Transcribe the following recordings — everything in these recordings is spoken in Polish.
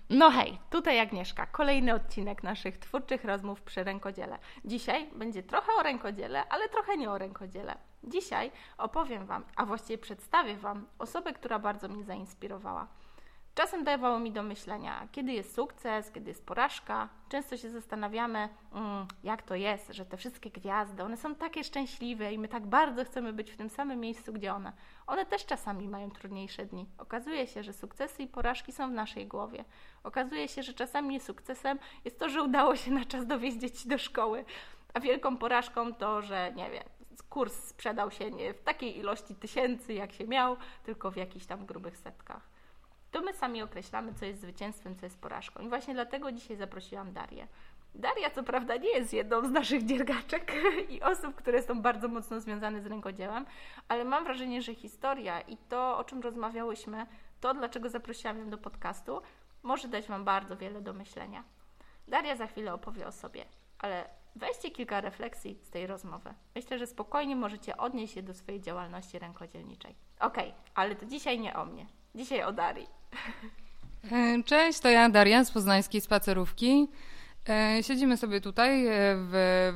No hej, tutaj Agnieszka, kolejny odcinek naszych twórczych rozmów przy rękodziele. Dzisiaj będzie trochę o rękodziele, ale trochę nie o rękodziele. Dzisiaj opowiem Wam, a właściwie przedstawię Wam osobę, która bardzo mnie zainspirowała. Czasem dawało mi do myślenia, kiedy jest sukces, kiedy jest porażka. Często się zastanawiamy, jak to jest, że te wszystkie gwiazdy, one są takie szczęśliwe i my tak bardzo chcemy być w tym samym miejscu, gdzie one. One też czasami mają trudniejsze dni. Okazuje się, że sukcesy i porażki są w naszej głowie. Okazuje się, że czasami sukcesem jest to, że udało się na czas dowieźć dzieci do szkoły, a wielką porażką to, że nie wiem, kurs sprzedał się nie w takiej ilości tysięcy, jak się miał, tylko w jakichś tam grubych setkach. To my sami określamy, co jest zwycięstwem, co jest porażką. I właśnie dlatego dzisiaj zaprosiłam Darię. Daria, co prawda, nie jest jedną z naszych dziergaczek i osób, które są bardzo mocno związane z rękodziełem, ale mam wrażenie, że historia i to, o czym rozmawiałyśmy, to, dlaczego zaprosiłam ją do podcastu, może dać Wam bardzo wiele do myślenia. Daria za chwilę opowie o sobie, ale weźcie kilka refleksji z tej rozmowy. Myślę, że spokojnie możecie odnieść się do swojej działalności rękodzielniczej. Okej, ale to dzisiaj nie o mnie. Dzisiaj o Darii. Cześć, to ja Daria z Poznańskiej Spacerówki. Siedzimy sobie tutaj w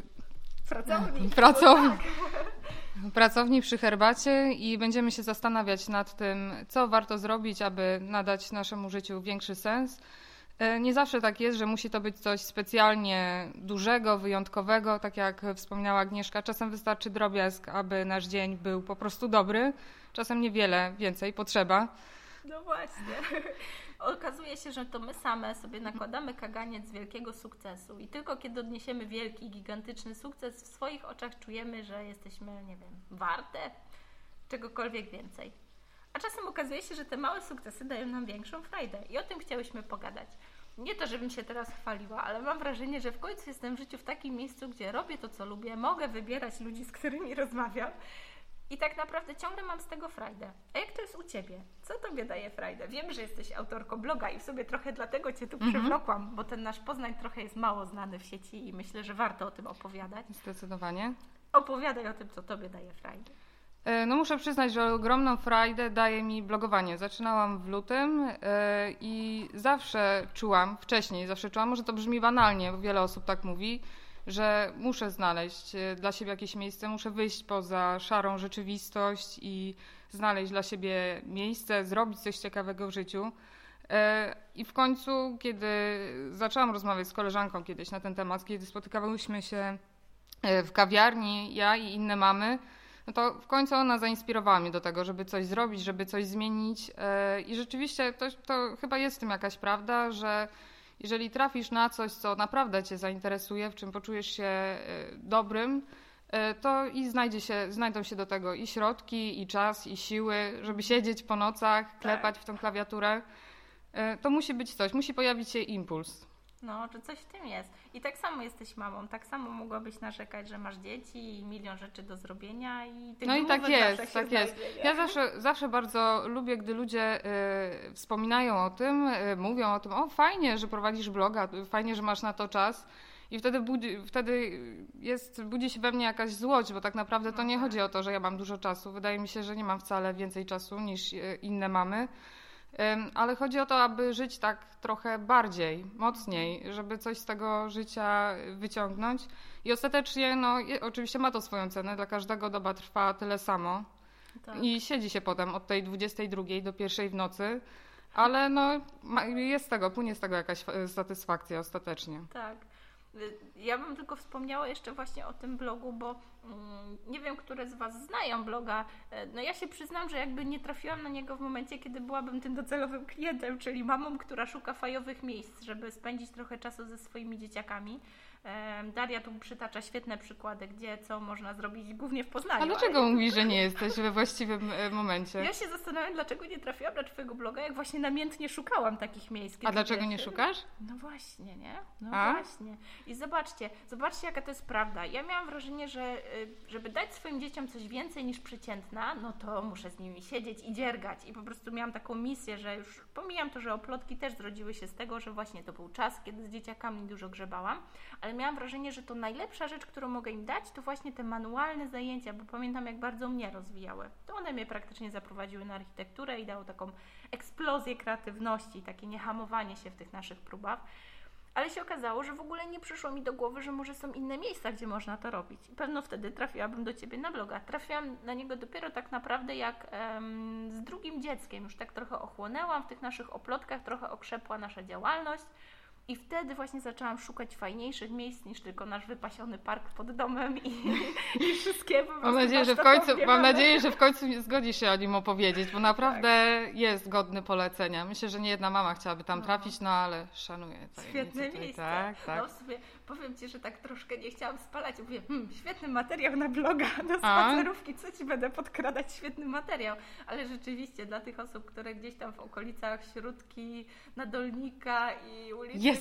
pracowni przy herbacie i będziemy się zastanawiać nad tym, co warto zrobić, aby nadać naszemu życiu większy sens. Nie zawsze tak jest, że musi to być coś specjalnie dużego, wyjątkowego, tak jak wspomniała Agnieszka. Czasem wystarczy drobiazg, aby nasz dzień był po prostu dobry. Czasem niewiele więcej potrzeba. No właśnie. Okazuje się, że to my same sobie nakładamy kaganiec wielkiego sukcesu i tylko kiedy odniesiemy wielki, gigantyczny sukces, w swoich oczach czujemy, że jesteśmy, nie wiem, warte czegokolwiek więcej. A czasem okazuje się, że te małe sukcesy dają nam większą frajdę i o tym chciałyśmy pogadać. Nie to, żebym się teraz chwaliła, ale mam wrażenie, że w końcu jestem w życiu w takim miejscu, gdzie robię to, co lubię, mogę wybierać ludzi, z którymi rozmawiam i tak naprawdę ciągle mam z tego frajdę. A jak to jest u Ciebie? Co Tobie daje frajdę? Wiem, że jesteś autorką bloga i w sobie trochę dlatego Cię tu przywlokłam, bo ten nasz Poznań trochę jest mało znany w sieci i myślę, że warto o tym opowiadać. Zdecydowanie. Opowiadaj o tym, co Tobie daje frajdę. No muszę przyznać, że ogromną frajdę daje mi blogowanie. Zaczynałam w lutym i zawsze czułam, może to brzmi banalnie, bo wiele osób tak mówi, że muszę znaleźć dla siebie jakieś miejsce, muszę wyjść poza szarą rzeczywistość i znaleźć dla siebie miejsce, zrobić coś ciekawego w życiu. I w końcu, kiedy zaczęłam rozmawiać z koleżanką kiedyś na ten temat, kiedy spotykałyśmy się w kawiarni, ja i inne mamy, no to w końcu ona zainspirowała mnie do tego, żeby coś zrobić, żeby coś zmienić i rzeczywiście to chyba jest w tym jakaś prawda, że jeżeli trafisz na coś, co naprawdę Cię zainteresuje, w czym poczujesz się dobrym, to i znajdą się do tego i środki, i czas, i siły, żeby siedzieć po nocach, klepać w tą klawiaturę. To musi być coś, musi pojawić się impuls. No, że coś w tym jest. I tak samo jesteś mamą, tak samo mogłabyś narzekać, że masz dzieci i milion rzeczy do zrobienia i tych no i tak jest, tak jest. Ja zawsze bardzo lubię, gdy ludzie wspominają o tym, mówią o tym, o fajnie, że prowadzisz bloga, fajnie, że masz na to czas. I wtedy budzi się we mnie jakaś złość, bo tak naprawdę to nie chodzi o to, że ja mam dużo czasu. Wydaje mi się, że nie mam wcale więcej czasu niż inne mamy. Ale chodzi o to, aby żyć tak trochę bardziej, mocniej, żeby coś z tego życia wyciągnąć. I ostatecznie, oczywiście ma to swoją cenę, dla każdego doba trwa tyle samo. Tak. I siedzi się potem od tej 22 do 1 w nocy, ale płynie z tego jakaś satysfakcja ostatecznie. Tak. Ja bym tylko wspomniała jeszcze właśnie o tym blogu, bo nie wiem, które z Was znają bloga. No ja się przyznam, że jakby nie trafiłam na niego w momencie, kiedy byłabym tym docelowym klientem, czyli mamą, która szuka fajowych miejsc, żeby spędzić trochę czasu ze swoimi dzieciakami. Daria tu przytacza świetne przykłady, gdzie co można zrobić głównie w Poznaniu. A dlaczego mówisz, że nie jesteś we właściwym momencie? Ja się zastanawiam, dlaczego nie trafiłam na Twojego bloga, jak właśnie namiętnie szukałam takich miejsc. A dlaczego nie szukasz? No właśnie, nie? Właśnie. I zobaczcie, jaka to jest prawda. Ja miałam wrażenie, że żeby dać swoim dzieciom coś więcej niż przeciętna, no to muszę z nimi siedzieć i dziergać. I po prostu miałam taką misję, że już pomijam to, że oplotki też zrodziły się z tego, że właśnie to był czas, kiedy z dzieciakami dużo grzebałam, ale ale miałam wrażenie, że to najlepsza rzecz, którą mogę im dać, to właśnie te manualne zajęcia, bo pamiętam, jak bardzo mnie rozwijały. To one mnie praktycznie zaprowadziły na architekturę i dało taką eksplozję kreatywności, takie niehamowanie się w tych naszych próbach. Ale się okazało, że w ogóle nie przyszło mi do głowy, że może są inne miejsca, gdzie można to robić. I pewno wtedy trafiłabym do Ciebie na bloga. Trafiłam na niego dopiero tak naprawdę jak z drugim dzieckiem. Już tak trochę ochłonęłam w tych naszych oplotkach, trochę okrzepła nasza działalność. I wtedy właśnie zaczęłam szukać fajniejszych miejsc niż tylko nasz wypasiony park pod domem i wszystkie po prostu Mam nadzieję, że w końcu zgodzisz się o nim opowiedzieć, bo naprawdę jest godny polecenia. Myślę, że nie jedna mama chciałaby tam trafić, no ale szanuję. Świetne miejsce. Tak. No w sumie powiem Ci, że tak troszkę nie chciałam spalać. Mówię, świetny materiał na bloga, do spacerówki, co Ci będę podkradać, świetny materiał. Ale rzeczywiście dla tych osób, które gdzieś tam w okolicach Śródki, Nadolnika i ulicy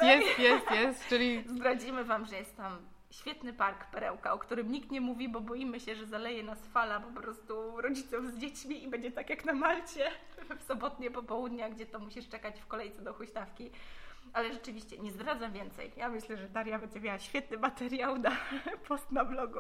Jest, czyli zdradzimy Wam, że jest tam świetny park Perełka, o którym nikt nie mówi, bo boimy się, że zaleje nas fala po prostu rodziców z dziećmi i będzie tak jak na Malcie w sobotnie popołudnia, gdzie to musisz czekać w kolejce do huśtawki. Ale rzeczywiście, nie zdradzam więcej. Ja myślę, że Daria będzie miała świetny materiał na post na blogu.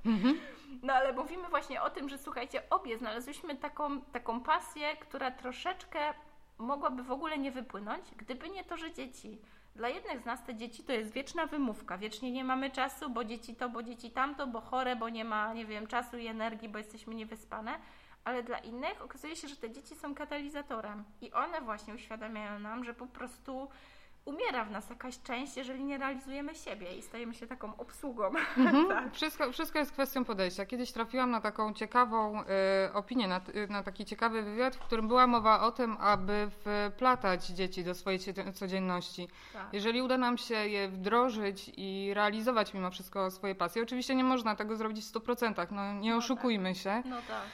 No ale mówimy właśnie o tym, że słuchajcie, obie znalazłyśmy taką pasję, która troszeczkę mogłaby w ogóle nie wypłynąć, gdyby nie to, że dzieci. Dla jednych z nas te dzieci to jest wieczna wymówka. Wiecznie nie mamy czasu, bo dzieci to, bo dzieci tamto, bo chore, bo nie ma, nie wiem, czasu i energii, bo jesteśmy niewyspane. Ale dla innych okazuje się, że te dzieci są katalizatorem. I one właśnie uświadamiają nam, że po prostu umiera w nas jakaś część, jeżeli nie realizujemy siebie i stajemy się taką obsługą. Tak. Wszystko jest kwestią podejścia. Kiedyś trafiłam na taką ciekawą opinię, na taki ciekawy wywiad, w którym była mowa o tym, aby wplatać dzieci do swojej codzienności. Tak. Jeżeli uda nam się je wdrożyć i realizować mimo wszystko swoje pasje, oczywiście nie można tego zrobić w 100%, no nie oszukujmy się,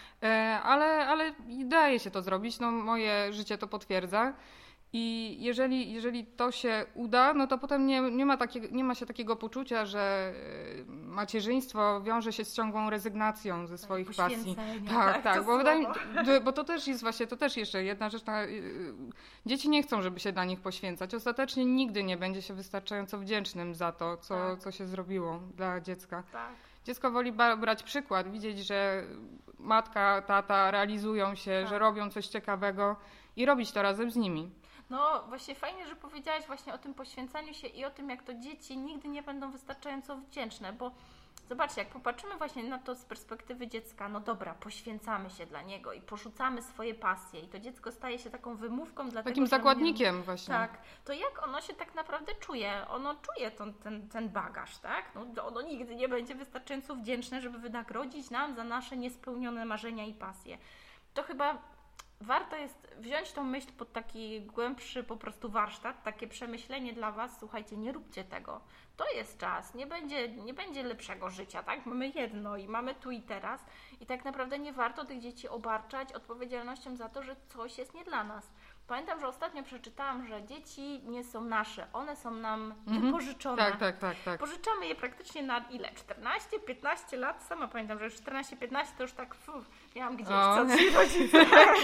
ale daje się to zrobić, no moje życie to potwierdza. I jeżeli to się uda, no to potem nie ma się takiego poczucia, że macierzyństwo wiąże się z ciągłą rezygnacją ze swoich pasji. Tak, bo to też jest właśnie, to też jeszcze jedna rzecz. Dzieci nie chcą, żeby się dla nich poświęcać. Ostatecznie nigdy nie będzie się wystarczająco wdzięcznym za to, co się zrobiło dla dziecka. Tak. Dziecko woli brać przykład, widzieć, że matka, tata realizują się, że robią coś ciekawego i robić to razem z nimi. No właśnie fajnie, że powiedziałaś właśnie o tym poświęcaniu się i o tym, jak to dzieci nigdy nie będą wystarczająco wdzięczne, bo zobaczcie, jak popatrzymy właśnie na to z perspektywy dziecka, no dobra, poświęcamy się dla niego i porzucamy swoje pasje i to dziecko staje się taką wymówką dla takim zakładnikiem właśnie. Tak, to jak ono się tak naprawdę czuje? Ono czuje ten bagaż, tak? No, ono nigdy nie będzie wystarczająco wdzięczne, żeby wynagrodzić nam za nasze niespełnione marzenia i pasje. To chyba warto jest wziąć tą myśl pod taki głębszy po prostu warsztat, takie przemyślenie dla Was. Słuchajcie, nie róbcie tego. To jest czas, nie będzie lepszego życia, tak? Mamy jedno i mamy tu i teraz i tak naprawdę nie warto tych dzieci obarczać odpowiedzialnością za to, że coś jest nie dla nas. Pamiętam, że ostatnio przeczytałam, że dzieci nie są nasze, one są nam wypożyczone. Tak. Pożyczamy je praktycznie na ile? 14-15 lat? Sama pamiętam, że już 14-15 to już tak miałam gdzieś co ci rodzice.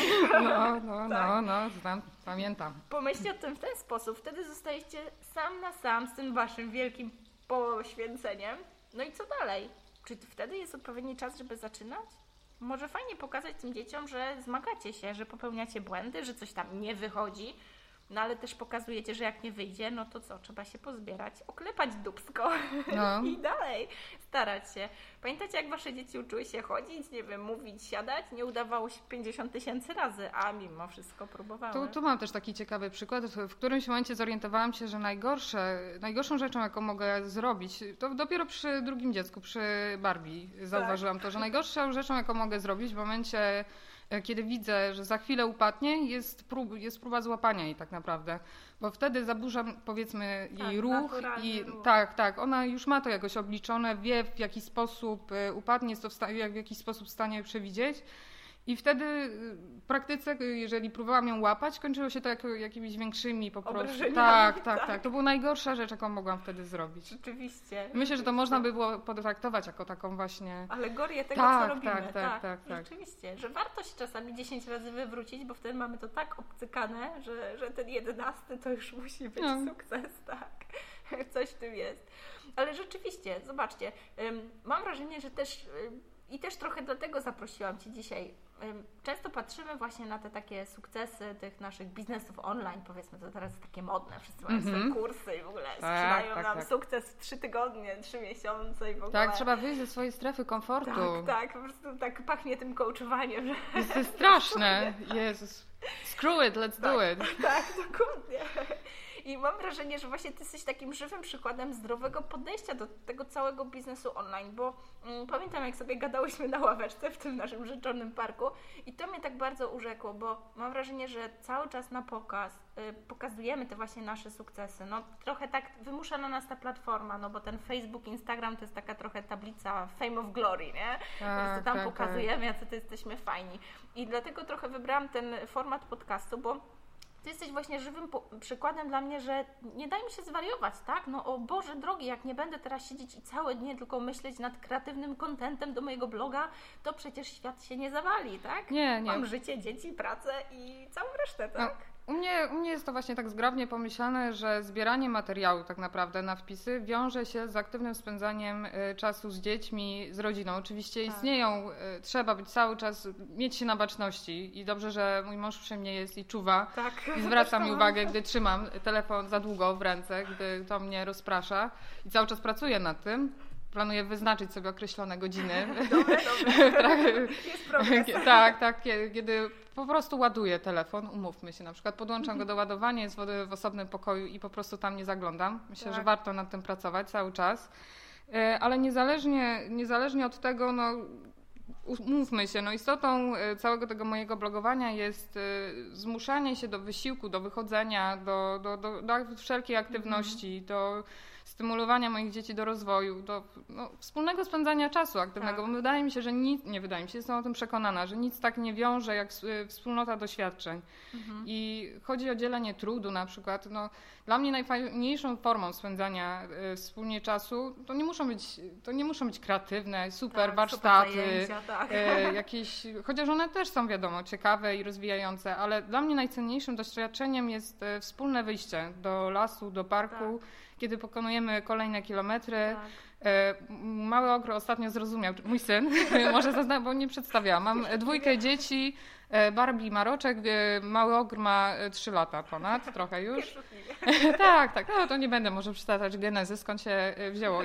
Znam, pamiętam. Pomyślcie o tym w ten sposób, wtedy zostajecie sam na sam z tym waszym wielkim poświęceniem. No i co dalej? Czy wtedy jest odpowiedni czas, żeby zaczynać? Może fajnie pokazać tym dzieciom, że zmagacie się, że popełniacie błędy, że coś tam nie wychodzi, no ale też pokazujecie, że jak nie wyjdzie, no to co? Trzeba się pozbierać, oklepać dupsko i dalej starać się. Pamiętacie, jak Wasze dzieci uczyły się chodzić, nie wiem, mówić, siadać? Nie udawało się 50 000 razy, a mimo wszystko próbowały. Tu mam też taki ciekawy przykład. W którymś momencie zorientowałam się, że najgorszą rzeczą, jaką mogę zrobić, to dopiero przy drugim dziecku, przy Barbie zauważyłam to, że najgorszą rzeczą, jaką mogę zrobić w momencie, kiedy widzę, że za chwilę upadnie, jest próba złapania jej tak naprawdę, bo wtedy zaburzam, powiedzmy, jej ruch i ruch. Tak, ona już ma to jakoś obliczone, wie w jaki sposób upadnie, jest to w jakiś sposób w stanie przewidzieć. I wtedy w praktyce, jeżeli próbowałam ją łapać, kończyło się to jakimiś większymi po prostu. Tak. To była najgorsza rzecz, jaką mogłam wtedy zrobić. Rzeczywiście. Myślę, że to można by było potraktować jako taką właśnie alegorię tego, co robimy. Tak. Rzeczywiście, że warto się czasami 10 razy wywrócić, bo wtedy mamy to tak obcykane, że ten 11 to już musi być sukces, tak. coś w tym jest. Ale rzeczywiście, zobaczcie, mam wrażenie, że też i też trochę dlatego zaprosiłam Cię dzisiaj. Często patrzymy właśnie na te takie sukcesy tych naszych biznesów online, powiedzmy, to teraz jest takie modne, wszyscy mają swoje kursy i w ogóle sprzedają nam sukces w 3 tygodnie, 3 miesiące i w ogóle. Tak, trzeba wyjść ze swojej strefy komfortu. Tak, po prostu tak pachnie tym coachowaniem. Że... To jest straszne, Jezus. Screw it, let's do it. Tak, dokładnie. I mam wrażenie, że właśnie Ty jesteś takim żywym przykładem zdrowego podejścia do tego całego biznesu online, bo pamiętam, jak sobie gadałyśmy na ławeczce w tym naszym rzeczonym parku i to mnie tak bardzo urzekło, bo mam wrażenie, że cały czas na pokazujemy te właśnie nasze sukcesy. No trochę tak wymusza na nas ta platforma, no bo ten Facebook, Instagram to jest taka trochę tablica fame of glory, nie? Tak, tam pokazujemy, jacy to jesteśmy fajni. I dlatego trochę wybrałam ten format podcastu, bo Ty jesteś właśnie żywym przykładem dla mnie, że nie daj mi się zwariować, tak? No o Boże drogi, jak nie będę teraz siedzieć i całe dnie tylko myśleć nad kreatywnym contentem do mojego bloga, to przecież świat się nie zawali, tak? Nie. Mam życie, dzieci, pracę i całą resztę, tak? No. U mnie jest to właśnie tak zgrabnie pomyślane, że zbieranie materiału tak naprawdę na wpisy wiąże się z aktywnym spędzaniem czasu z dziećmi, z rodziną. Oczywiście istnieją, trzeba być cały czas, mieć się na baczności i dobrze, że mój mąż przy mnie jest i czuwa i zwraca mi uwagę, gdy trzymam telefon za długo w ręce, gdy to mnie rozprasza i cały czas pracuję nad tym. Planuję wyznaczyć sobie określone godziny. Dobre. Jest progres. Tak, kiedy po prostu ładuję telefon, umówmy się, na przykład podłączam go do ładowania, jest w osobnym pokoju i po prostu tam nie zaglądam. Myślę, że warto nad tym pracować cały czas. Ale niezależnie od tego, no umówmy się, no istotą całego tego mojego blogowania jest zmuszanie się do wysiłku, do wychodzenia, do wszelkiej aktywności, do stymulowania moich dzieci do rozwoju, do wspólnego spędzania czasu aktywnego, bo wydaje mi się, że jestem o tym przekonana, że nic tak nie wiąże jak wspólnota doświadczeń. I chodzi o dzielenie trudu na przykład. No, dla mnie najfajniejszą formą spędzania wspólnie czasu to nie muszą być kreatywne, super warsztaty, super zajęcia, jakieś, chociaż one też są wiadomo ciekawe i rozwijające, ale dla mnie najcenniejszym doświadczeniem jest wspólne wyjście do lasu, do parku, kiedy pokonujemy kolejne kilometry. Mały Ogr ostatnio zrozumiał, mój syn, może bo nie przedstawiałam, mam 2 dzieci, Barbie ma roczek, Mały Ogr ma 3 lata ponad, trochę już. Tak, no to nie będę może przytaczać genezy, skąd się wzięło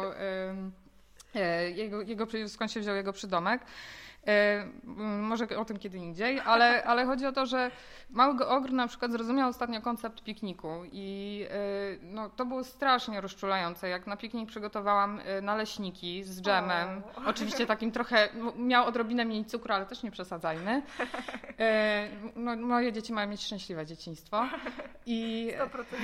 skąd się wziął jego przydomek. Może o tym kiedy indziej, ale chodzi o to, że Mały Ogr na przykład zrozumiał ostatnio koncept pikniku i to było strasznie rozczulające, jak na piknik przygotowałam naleśniki z dżemem, oczywiście takim trochę, miał odrobinę mniej cukru, ale też nie przesadzajmy. Moje dzieci mają mieć szczęśliwe dzieciństwo. I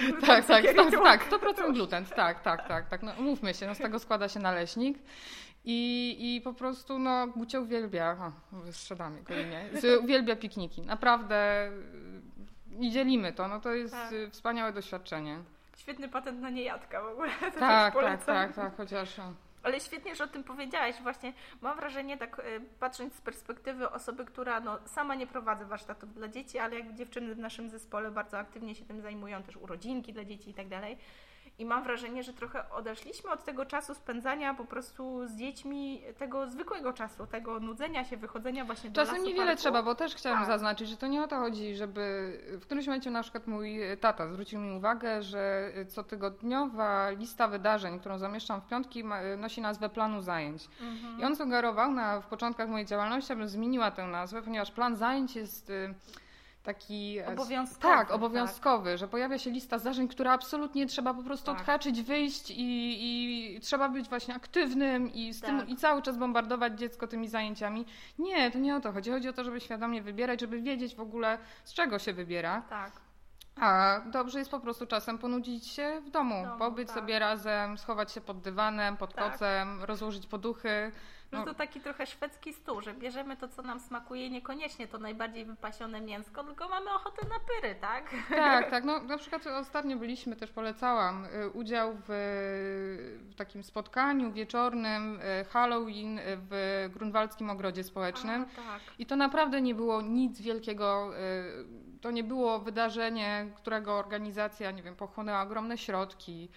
100% gluten, tak, no umówmy się, z tego składa się naleśnik. I po prostu Gucia uwielbia, strzedamy go uwielbia pikniki. Naprawdę i dzielimy to, to jest wspaniałe doświadczenie. Świetny patent na niejadka w ogóle. Tak, chociaż... Ale świetnie, że o tym powiedziałaś. Właśnie mam wrażenie, tak patrząc z perspektywy osoby, która sama nie prowadzi warsztatów dla dzieci, ale jak dziewczyny w naszym zespole bardzo aktywnie się tym zajmują, też urodzinki dla dzieci i tak dalej. I mam wrażenie, że trochę odeszliśmy od tego czasu spędzania po prostu z dziećmi, tego zwykłego czasu, tego nudzenia się, wychodzenia właśnie do lasu. Czasem niewiele trzeba, bo też chciałam zaznaczyć, że to nie o to chodzi, żeby... W którymś momencie na przykład mój tata zwrócił mi uwagę, że cotygodniowa lista wydarzeń, którą zamieszczam w piątki, nosi nazwę planu zajęć. I on sugerował w początkach mojej działalności, abym zmieniła tę nazwę, ponieważ plan zajęć jest... taki obowiązkowy, że pojawia się lista zdarzeń, która absolutnie trzeba po prostu odhaczyć, wyjść i trzeba być właśnie aktywnym i cały czas bombardować dziecko tymi zajęciami. Nie, to nie o to chodzi. Chodzi o to, żeby świadomie wybierać, żeby wiedzieć w ogóle, z czego się wybiera. Tak. A dobrze jest po prostu czasem ponudzić się w domu, pobyć sobie razem, schować się pod dywanem, pod kocem, rozłożyć poduchy. To taki trochę szwedzki stół, że bierzemy to, co nam smakuje, niekoniecznie to najbardziej wypasione mięsko, tylko mamy ochotę na pyry, tak? Tak. Na przykład ostatnio też polecałam udział w takim spotkaniu wieczornym Halloween w Grunwaldzkim Ogrodzie Społecznym. I to naprawdę nie było nic wielkiego. to nie było wydarzenie, którego organizacja, nie wiem, pochłonęła ogromne środki,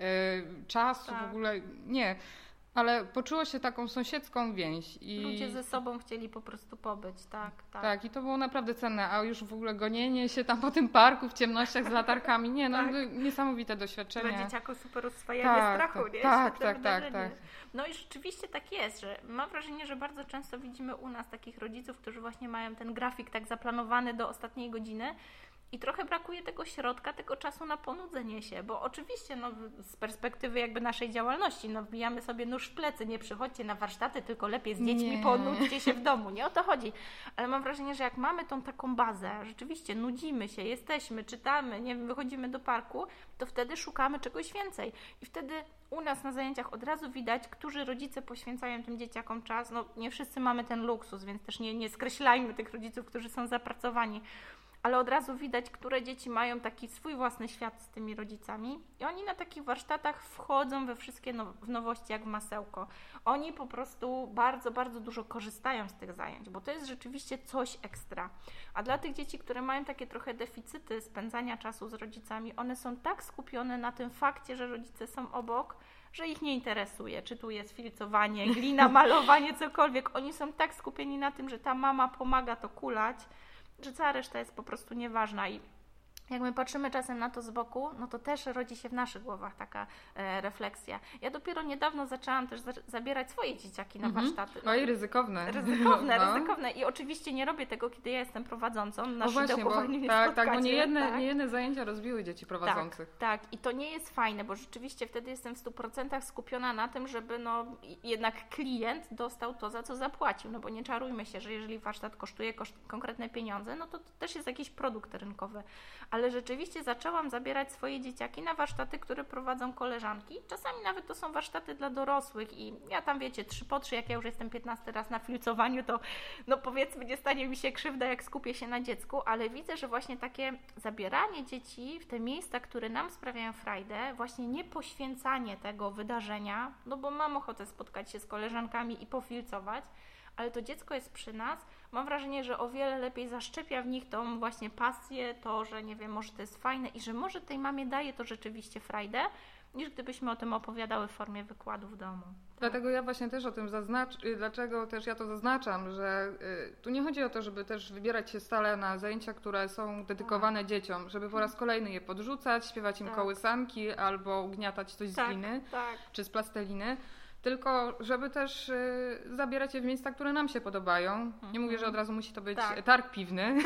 czasu w ogóle, nie. Ale poczuło się taką sąsiedzką więź. I ludzie ze sobą chcieli po prostu pobyć, tak. Tak, i to było naprawdę cenne, a już w ogóle gonienie się tam po tym parku w ciemnościach z latarkami, nie, no niesamowite doświadczenie. Dla dzieciaków super oswajanie strachu, nie? Tak. No i rzeczywiście tak jest, że mam wrażenie, że bardzo często widzimy u nas takich rodziców, którzy właśnie mają ten grafik tak zaplanowany do ostatniej godziny, i trochę brakuje tego środka, tego czasu na ponudzenie się, bo oczywiście z perspektywy jakby naszej działalności, wbijamy sobie nóż w plecy, nie przychodźcie na warsztaty, tylko lepiej z dziećmi ponudźcie się w domu, nie o to chodzi. Ale mam wrażenie, że jak mamy tą taką bazę, rzeczywiście nudzimy się, jesteśmy, czytamy, nie wiem, wychodzimy do parku, to wtedy szukamy czegoś więcej. I wtedy u nas na zajęciach od razu widać, którzy rodzice poświęcają tym dzieciakom czas. Nie wszyscy mamy ten luksus, więc też nie skreślajmy tych rodziców, którzy są zapracowani. Ale od razu widać, które dzieci mają taki swój własny świat z tymi rodzicami i oni na takich warsztatach wchodzą we wszystkie nowości jak w masełko. Oni po prostu bardzo, bardzo dużo korzystają z tych zajęć, bo to jest rzeczywiście coś ekstra. A dla tych dzieci, które mają takie trochę deficyty spędzania czasu z rodzicami, one są tak skupione na tym fakcie, że rodzice są obok, że ich nie interesuje, czy tu jest filcowanie, glina, malowanie, cokolwiek. Oni są tak skupieni na tym, że ta mama pomaga to kulać, że cała reszta jest po prostu nieważna i jak my patrzymy czasem na to z boku, no to też rodzi się w naszych głowach taka refleksja. Ja dopiero niedawno zaczęłam też zabierać swoje dzieciaki na warsztaty. Oj, ryzykowne. Ryzykowne. I oczywiście nie robię tego, kiedy ja jestem prowadzącą. Na szydełkowaniu nie spotkacie. Bo nie jedne zajęcia rozbiły dzieci prowadzących. Tak. I to nie jest fajne, bo rzeczywiście wtedy jestem w 100% skupiona na tym, żeby jednak klient dostał to, za co zapłacił. No bo nie czarujmy się, że jeżeli warsztat kosztuje konkretne pieniądze, no to też jest jakiś produkt rynkowy. Ale rzeczywiście zaczęłam zabierać swoje dzieciaki na warsztaty, które prowadzą koleżanki. Czasami nawet to są warsztaty dla dorosłych i ja tam, wiecie, 3x3, jak ja już jestem 15 raz na filcowaniu, to powiedzmy nie stanie mi się krzywda, jak skupię się na dziecku, ale widzę, że właśnie takie zabieranie dzieci w te miejsca, które nam sprawiają frajdę, właśnie nie poświęcanie tego wydarzenia, bo mam ochotę spotkać się z koleżankami i pofilcować, ale to dziecko jest przy nas, mam wrażenie, że o wiele lepiej zaszczepia w nich tą właśnie pasję, to, że nie wiem, może to jest fajne i że może tej mamie daje to rzeczywiście frajdę, niż gdybyśmy o tym opowiadały w formie wykładu w domu. Dlatego ja właśnie też o tym dlaczego też ja to zaznaczam, że tu nie chodzi o to, żeby też wybierać się stale na zajęcia, które są dedykowane dzieciom, żeby po raz kolejny je podrzucać, śpiewać im kołysanki albo ugniatać coś z gliny czy z plasteliny. Tylko żeby też zabierać je w miejsca, które nam się podobają. Nie mówię, że od razu musi to być targ piwny,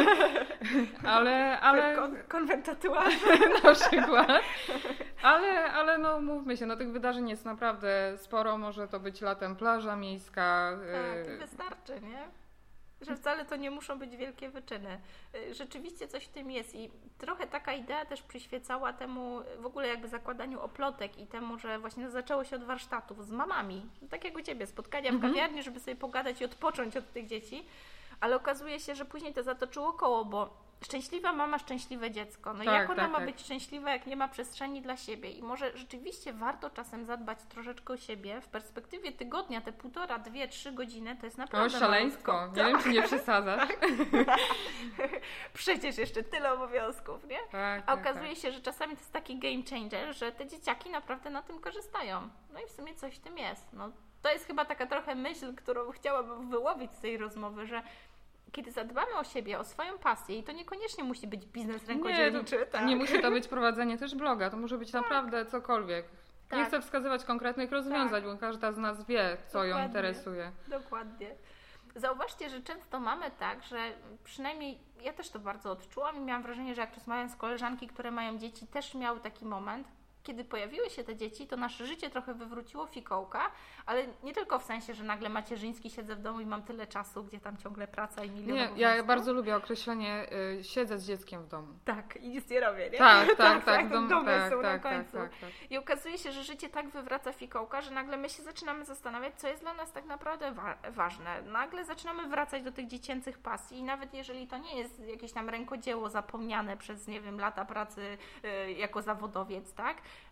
ale konwent tatuaży na przykład. Ale mówmy się, tych wydarzeń jest naprawdę sporo. Może to być latem plaża miejska. Tak, wystarczy, nie? Że wcale to nie muszą być wielkie wyczyny. Rzeczywiście coś w tym jest i trochę taka idea też przyświecała temu w ogóle jakby zakładaniu oplotek i temu, że właśnie zaczęło się od warsztatów z mamami. Tak jak u Ciebie, spotkania w kawiarni, żeby sobie pogadać i odpocząć od tych dzieci, ale okazuje się, że później to zatoczyło koło, bo szczęśliwa mama, szczęśliwe dziecko. Jak ona ma być szczęśliwa, jak nie ma przestrzeni dla siebie? I może rzeczywiście warto czasem zadbać troszeczkę o siebie. W perspektywie tygodnia, te 1,5, 2, 3 godziny to jest naprawdę szaleństwo. Nie wiem, czy nie przesadzasz. Przecież jeszcze tyle obowiązków, nie? A okazuje się, że czasami to jest taki game changer, że te dzieciaki naprawdę na tym korzystają. No i w sumie coś w tym jest. To jest chyba taka trochę myśl, którą chciałabym wyłowić z tej rozmowy, że kiedy zadbamy o siebie, o swoją pasję i to niekoniecznie musi być biznes rękodzielniczy. Nie musi to być prowadzenie też bloga, to może być naprawdę cokolwiek. Nie chcę wskazywać konkretnych rozwiązań, bo każda z nas wie, co ją interesuje. Dokładnie. Zauważcie, że często mamy tak, że przynajmniej ja też to bardzo odczułam i miałam wrażenie, że jak rozmawiam z koleżanki, które mają dzieci, też miały taki moment, kiedy pojawiły się te dzieci, to nasze życie trochę wywróciło fikołka, ale nie tylko w sensie, że nagle macierzyński siedzę w domu i mam tyle czasu, gdzie tam ciągle praca i milion obowiązków. Ja bardzo lubię określenie siedzę z dzieckiem w domu. Tak, i nic nie robię, nie? Tak. Domysł na końcu. I okazuje się, że życie tak wywraca fikołka, że nagle my się zaczynamy zastanawiać, co jest dla nas tak naprawdę ważne. Nagle zaczynamy wracać do tych dziecięcych pasji i nawet jeżeli to nie jest jakieś tam rękodzieło zapomniane przez, nie wiem, lata pracy jako zawodowiec, tak?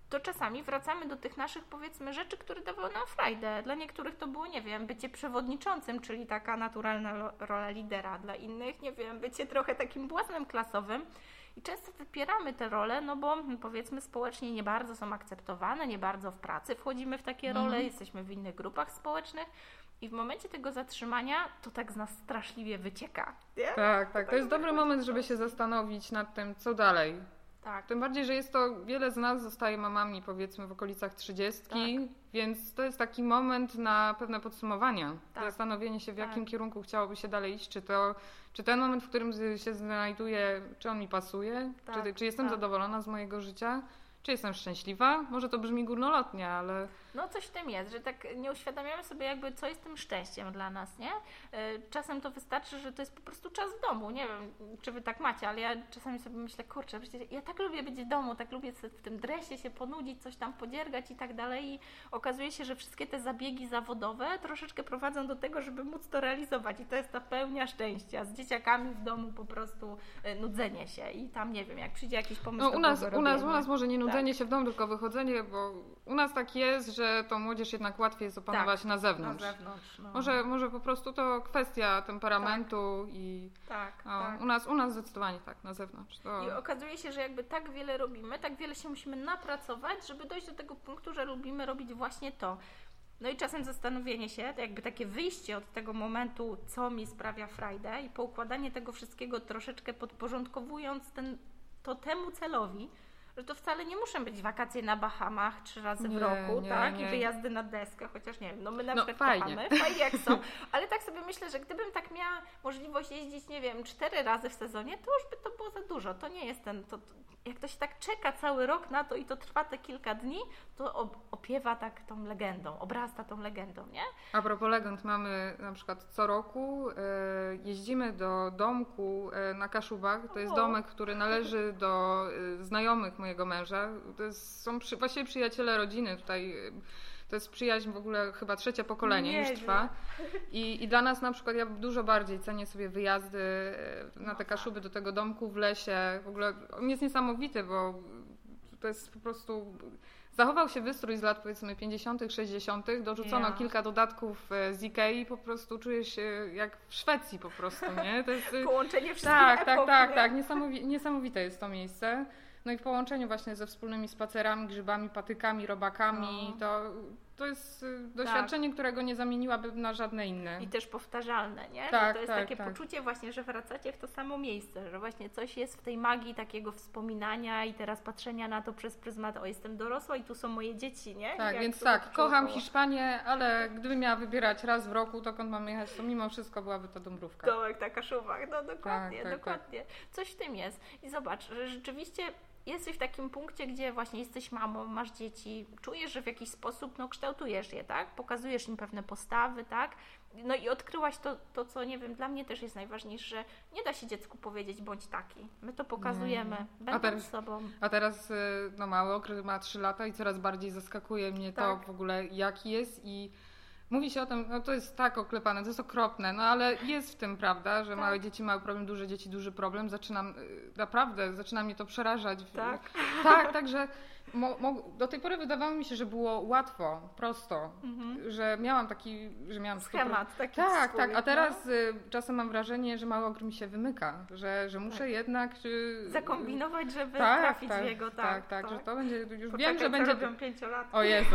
to czasami wracamy do tych naszych, powiedzmy, rzeczy, które dawały nam frajdę. Dla niektórych to było, nie wiem, bycie przewodniczącym, czyli taka naturalna rola lidera. Dla innych, nie wiem, bycie trochę takim błaznem klasowym. I często wypieramy te role, no bo powiedzmy społecznie nie bardzo są akceptowane, nie bardzo w pracy wchodzimy w takie role, jesteśmy w innych grupach społecznych i w momencie tego zatrzymania to tak z nas straszliwie wycieka. Nie? Tak. To jest dobry moment, żeby się zastanowić nad tym, co dalej. Tak. Tym bardziej, że jest to, wiele z nas zostaje mamami, powiedzmy, w okolicach 30, więc to jest taki moment na pewne podsumowania. Zastanowienie się, w jakim kierunku chciałoby się dalej iść, czy ten moment, w którym się znajduję, czy on mi pasuje, czy jestem zadowolona z mojego życia, czy jestem szczęśliwa. Może to brzmi górnolotnie, ale... No coś w tym jest, że tak nie uświadamiamy sobie jakby, co jest tym szczęściem dla nas, nie? Czasem to wystarczy, że to jest po prostu czas w domu. Nie wiem, czy wy tak macie, ale ja czasami sobie myślę, kurczę, przecież ja tak lubię być w domu, tak lubię w tym dresie się ponudzić, coś tam podziergać i tak dalej i okazuje się, że wszystkie te zabiegi zawodowe troszeczkę prowadzą do tego, żeby móc to realizować i to jest ta pełnia szczęścia. Z dzieciakami w domu po prostu nudzenie się i tam, nie wiem, jak przyjdzie jakiś pomysł, no, u nas może nie nudzenie się w domu, tylko wychodzenie, bo u nas tak jest, że tą młodzież jednak łatwiej jest opanować na zewnątrz. Może po prostu to kwestia temperamentu i u nas zdecydowanie na zewnątrz. I okazuje się, że jakby tak wiele robimy, tak wiele się musimy napracować, żeby dojść do tego punktu, że lubimy robić właśnie to. No i czasem zastanowienie się, jakby takie wyjście od tego momentu, co mi sprawia frajdę i poukładanie tego wszystkiego troszeczkę podporządkowując to temu celowi, że to wcale nie muszą być wakacje na Bahamach 3 razy w roku, i wyjazdy na deskę, chociaż nie wiem, no my na przykład kochamy, fajnie jak są, ale tak sobie myślę, że gdybym tak miała możliwość jeździć, nie wiem, 4 razy w sezonie, to już by to było za dużo, to nie jest jak to się tak czeka cały rok na to i to trwa te kilka dni, to opiewa tak tą legendą, obrasta tą legendą, nie? A propos legend, mamy na przykład co roku jeździmy do domku na Kaszubach, to jest domek, który należy do znajomych mojego męża, są właściwie przyjaciele rodziny tutaj. To jest przyjaźń w ogóle chyba 3. pokolenie już trwa. I dla nas na przykład ja dużo bardziej cenię sobie wyjazdy na te Kaszuby do tego domku w lesie. W ogóle on jest niesamowity, bo to jest po prostu... Zachował się wystrój z lat powiedzmy 50., 60., dorzucono kilka dodatków z Ikei, po prostu czujesz się jak w Szwecji po prostu, nie? To jest połączenie wszystkich epok, tak. Niesamowite jest to miejsce. No i w połączeniu właśnie ze wspólnymi spacerami, grzybami, patykami, robakami, to jest doświadczenie, którego nie zamieniłabym na żadne inne. I też powtarzalne, nie? To jest takie poczucie właśnie, że wracacie w to samo miejsce, że właśnie coś jest w tej magii takiego wspominania i teraz patrzenia na to przez pryzmat, jestem dorosła i tu są moje dzieci, nie? Tak, więc kocham Hiszpanię, ale gdybym miała wybierać raz w roku, dokąd mamy jechać, to mimo wszystko byłaby to Dąbrówka. Dołek na Kaszubach, no dokładnie. Coś w tym jest. I zobacz, że rzeczywiście jesteś w takim punkcie, gdzie właśnie jesteś mamą, masz dzieci, czujesz, że w jakiś sposób kształtujesz je, tak? Pokazujesz im pewne postawy, tak? No i odkryłaś to, co nie wiem, dla mnie też jest najważniejsze, że nie da się dziecku powiedzieć bądź taki. My to pokazujemy, będąc sobą. A teraz mały ma 3 lata i coraz bardziej zaskakuje mnie to w ogóle, jaki jest i mówi się o tym, to jest tak oklepane, to jest okropne, ale jest w tym prawda, że małe dzieci mają problem, duże dzieci duży problem. Zaczyna mnie to przerażać. Także do tej pory wydawało mi się, że było łatwo, prosto, że miałam schemat taki tak, a teraz czasem mam wrażenie, że mały ogr mi się wymyka, że muszę jednak zakombinować, żeby trafić w jego, że to będzie, już poczekaj, wiem, że będzie... robią 5-latki. O Jezu.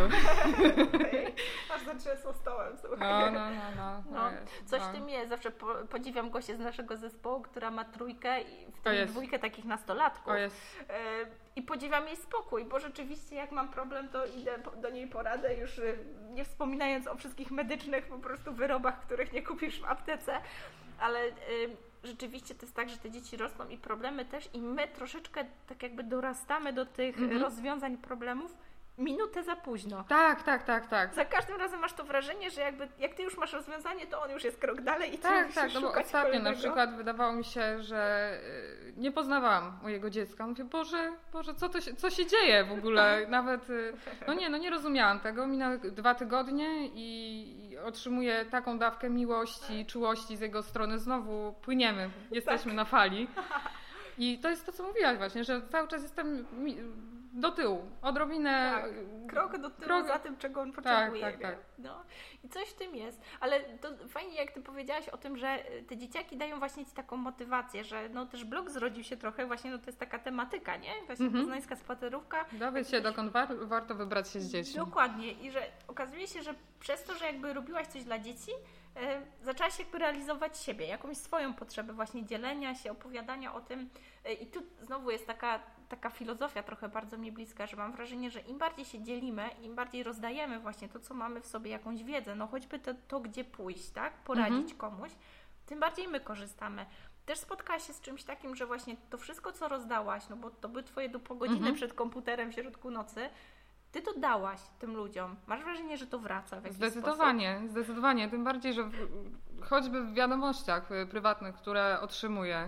Aż zatrzęsło stołem, słuchaj. Coś w tym jest, zawsze podziwiam Gosię z naszego zespołu, która ma 3 i w tym 2 takich nastolatków. I podziwiam jej spokój, bo rzeczywiście jak mam problem, to idę do niej po radę, już nie wspominając o wszystkich medycznych po prostu wyrobach, których nie kupisz w aptece, ale rzeczywiście to jest tak, że te dzieci rosną i problemy też i my troszeczkę tak jakby dorastamy do tych rozwiązań problemów minutę za późno. Tak. Za każdym razem masz to wrażenie, że jak ty już masz rozwiązanie, to on już jest krok dalej i ty musisz bo szukać ostatnio kolejnego. na przykład wydawało mi się, że nie poznawałam mojego dziecka. Mówię, Boże, co się dzieje w ogóle? Nawet, nie rozumiałam tego. Minęły 2 tygodnie i otrzymuję taką dawkę miłości, czułości z jego strony. Znowu płyniemy, jesteśmy na fali. I to jest to, co mówiłaś właśnie, że cały czas jestem do tyłu, odrobinę... Tak, krok do tyłu za tym, czego on potrzebuje. Tak. No. I coś w tym jest. Ale to fajnie, jak ty powiedziałaś o tym, że te dzieciaki dają właśnie ci taką motywację, że no też blog zrodził się trochę, właśnie no to jest taka tematyka, nie? Właśnie poznańska spacerówka. Dowiedz się, dokąd warto wybrać się z dziećmi. Dokładnie. I że okazuje się, że przez to, że jakby robiłaś coś dla dzieci, zaczęłaś jakby realizować siebie, jakąś swoją potrzebę właśnie dzielenia się, opowiadania o tym. I tu znowu jest taka filozofia trochę bardzo mi bliska, że mam wrażenie, że im bardziej się dzielimy, im bardziej rozdajemy właśnie to, co mamy w sobie, jakąś wiedzę, no choćby to gdzie pójść, tak? Poradzić komuś, tym bardziej my korzystamy. Też spotkałaś się z czymś takim, że właśnie to wszystko, co rozdałaś, no bo to były twoje godziny przed komputerem w środku nocy, ty to dałaś tym ludziom. Masz wrażenie, że to wraca w jakiś sposób? Zdecydowanie. Tym bardziej, że choćby w wiadomościach prywatnych, które otrzymuję.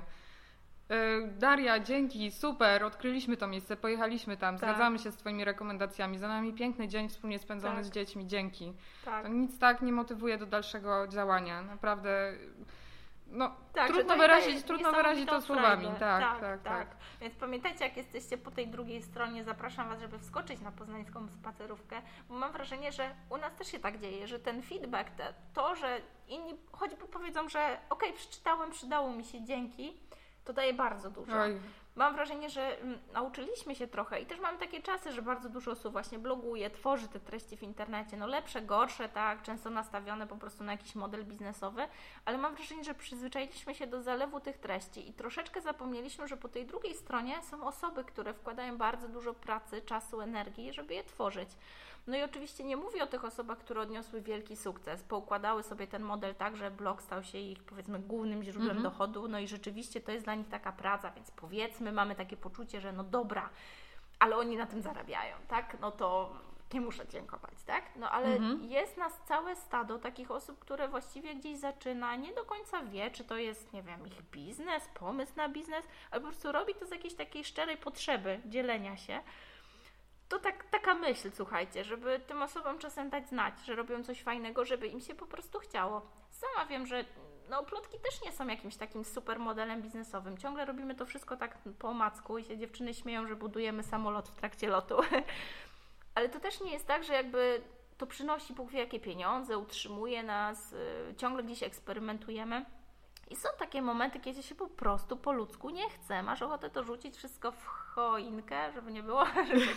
Daria, dzięki, super, odkryliśmy to miejsce, pojechaliśmy tam, zgadzamy się z twoimi rekomendacjami, za nami piękny dzień wspólnie spędzony z dziećmi, dzięki. Tak. To nic tak nie motywuje do dalszego działania. Naprawdę... No, tak, trudno wyrazić to słowami. Tak. Więc pamiętajcie, jak jesteście po tej drugiej stronie, zapraszam Was, żeby wskoczyć na poznańską spacerówkę, bo mam wrażenie, że u nas też się tak dzieje, że ten feedback, to, że inni choćby powiedzą, że okej, przeczytałem, przydało mi się, dzięki, to daje bardzo dużo. Oj. Mam wrażenie, że nauczyliśmy się trochę i też mamy takie czasy, że bardzo dużo osób właśnie bloguje, tworzy te treści w internecie, no lepsze, gorsze, tak, często nastawione po prostu na jakiś model biznesowy, ale mam wrażenie, że przyzwyczailiśmy się do zalewu tych treści i troszeczkę zapomnieliśmy, że po tej drugiej stronie są osoby, które wkładają bardzo dużo pracy, czasu, energii, żeby je tworzyć. No i oczywiście nie mówię o tych osobach, które odniosły wielki sukces, poukładały sobie ten model tak, że blog stał się ich, powiedzmy, głównym źródłem dochodu, no i rzeczywiście to jest dla nich taka praca, więc powiedzmy, mamy takie poczucie, że no dobra, ale oni na tym zarabiają, tak? No to nie muszę dziękować, tak? No ale jest nas całe stado takich osób, które właściwie gdzieś zaczyna, nie do końca wie, czy to jest, nie wiem, ich biznes, pomysł na biznes, ale po prostu robi to z jakiejś takiej szczerej potrzeby dzielenia się. To taka myśl, słuchajcie, żeby tym osobom czasem dać znać, że robią coś fajnego, żeby im się po prostu chciało. Sama wiem, że no, plotki też nie są jakimś takim super modelem biznesowym. Ciągle robimy to wszystko tak po omacku i się dziewczyny śmieją, że budujemy samolot w trakcie lotu. Ale to też nie jest tak, że jakby to przynosi Bóg wie jakie pieniądze, utrzymuje nas, ciągle gdzieś eksperymentujemy. I są takie momenty, kiedy się po prostu po ludzku nie chce. Masz ochotę to rzucić wszystko w choinkę, żeby nie było,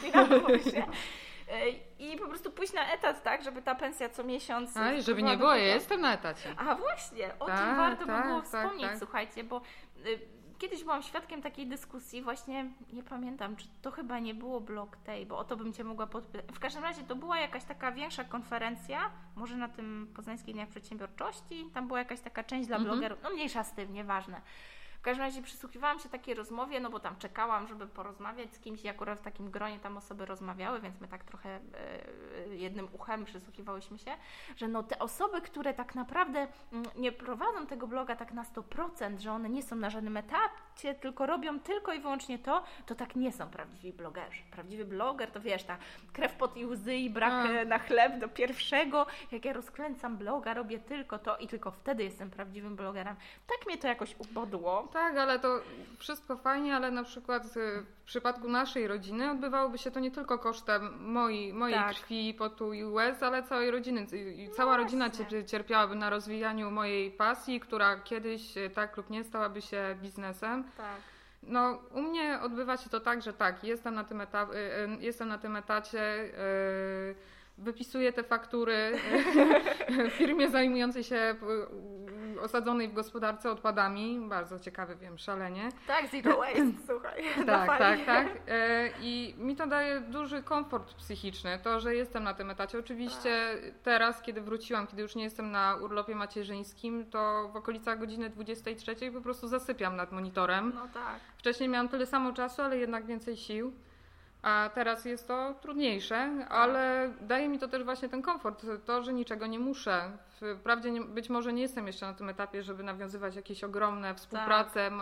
i po prostu pójść na etat, tak, żeby ta pensja co miesiąc... A, żeby nie było, ja jestem na etacie. A właśnie, o tym warto by było wspomnieć, słuchajcie, bo kiedyś byłam świadkiem takiej dyskusji, właśnie nie pamiętam, czy to chyba nie było Blog Day, bo o to bym Cię mogła podpytać. W każdym razie to była jakaś taka większa konferencja, może na tym Poznańskich Dniach Przedsiębiorczości, tam była jakaś taka część dla blogerów, no mniejsza z tym, nieważne. W każdym razie przysłuchiwałam się takiej rozmowie, no bo tam czekałam, żeby porozmawiać z kimś i akurat w takim gronie tam osoby rozmawiały, więc my tak trochę jednym uchem przysłuchiwałyśmy się, że no te osoby, które tak naprawdę nie prowadzą tego bloga tak na 100%, że one nie są na żadnym etapie, tylko robią tylko i wyłącznie to tak nie są prawdziwi blogerzy. Prawdziwy bloger to wiesz, ta krew, pot i łzy i brak na chleb do pierwszego, jak ja rozkręcam bloga, robię tylko to i tylko wtedy jestem prawdziwym blogerem. Tak mnie to jakoś ubodło. Tak, ale to wszystko fajnie, ale na przykład w przypadku naszej rodziny odbywałoby się to nie tylko kosztem mojej krwi, potu i łez, ale całej rodziny. I cała rodzina cierpiałaby na rozwijaniu mojej pasji, która kiedyś tak lub nie stałaby się biznesem. Tak. No, u mnie odbywa się to tak, że tak, jestem na tym etacie, wypisuję te faktury w firmie zajmującej się osadzonej w gospodarce odpadami. Bardzo ciekawe, wiem, szalenie. Tak, zero waste, słuchaj. Tak. I mi to daje duży komfort psychiczny, to, że jestem na tym etacie. Oczywiście teraz, kiedy wróciłam, kiedy już nie jestem na urlopie macierzyńskim, to w okolicach godziny 23 po prostu zasypiam nad monitorem. No tak. Wcześniej miałam tyle samo czasu, ale jednak więcej sił. A teraz jest to trudniejsze, ale daje mi to też właśnie ten komfort, to, że niczego nie muszę Wprawdzie być może nie jestem jeszcze na tym etapie, żeby nawiązywać jakieś ogromne współprace,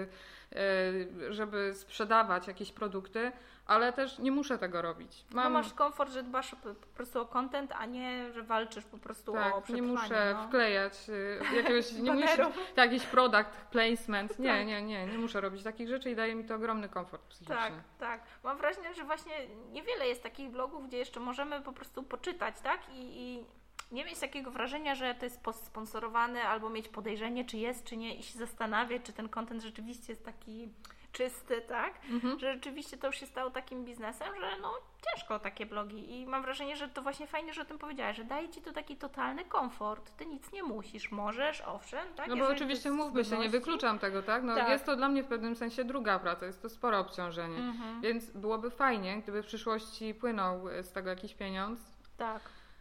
żeby sprzedawać jakieś produkty, ale też nie muszę tego robić. No masz komfort, że dbasz po prostu o content, a nie, że walczysz po prostu o przetrwanie. Nie muszę wklejać jakiegoś, nie muszę, jakiś product placement. Nie muszę robić takich rzeczy i daje mi to ogromny komfort psychiczny. Tak. Mam wrażenie, że właśnie niewiele jest takich blogów, gdzie jeszcze możemy po prostu poczytać, tak? I nie mieć takiego wrażenia, że to jest post sponsorowany, albo mieć podejrzenie, czy jest, czy nie, i się zastanawiać, czy ten content rzeczywiście jest taki czysty, tak? Że rzeczywiście to już się stało takim biznesem, że ciężko o takie blogi, i mam wrażenie, że to właśnie fajnie, że o tym powiedziałaś, że daje Ci to taki totalny komfort. Ty nic nie musisz, możesz, owszem, tak? No bo oczywiście mówmy się, nie wykluczam tego, tak? Jest to dla mnie w pewnym sensie druga praca, jest to spore obciążenie, więc byłoby fajnie, gdyby w przyszłości płynął z tego jakiś pieniądz. Tak.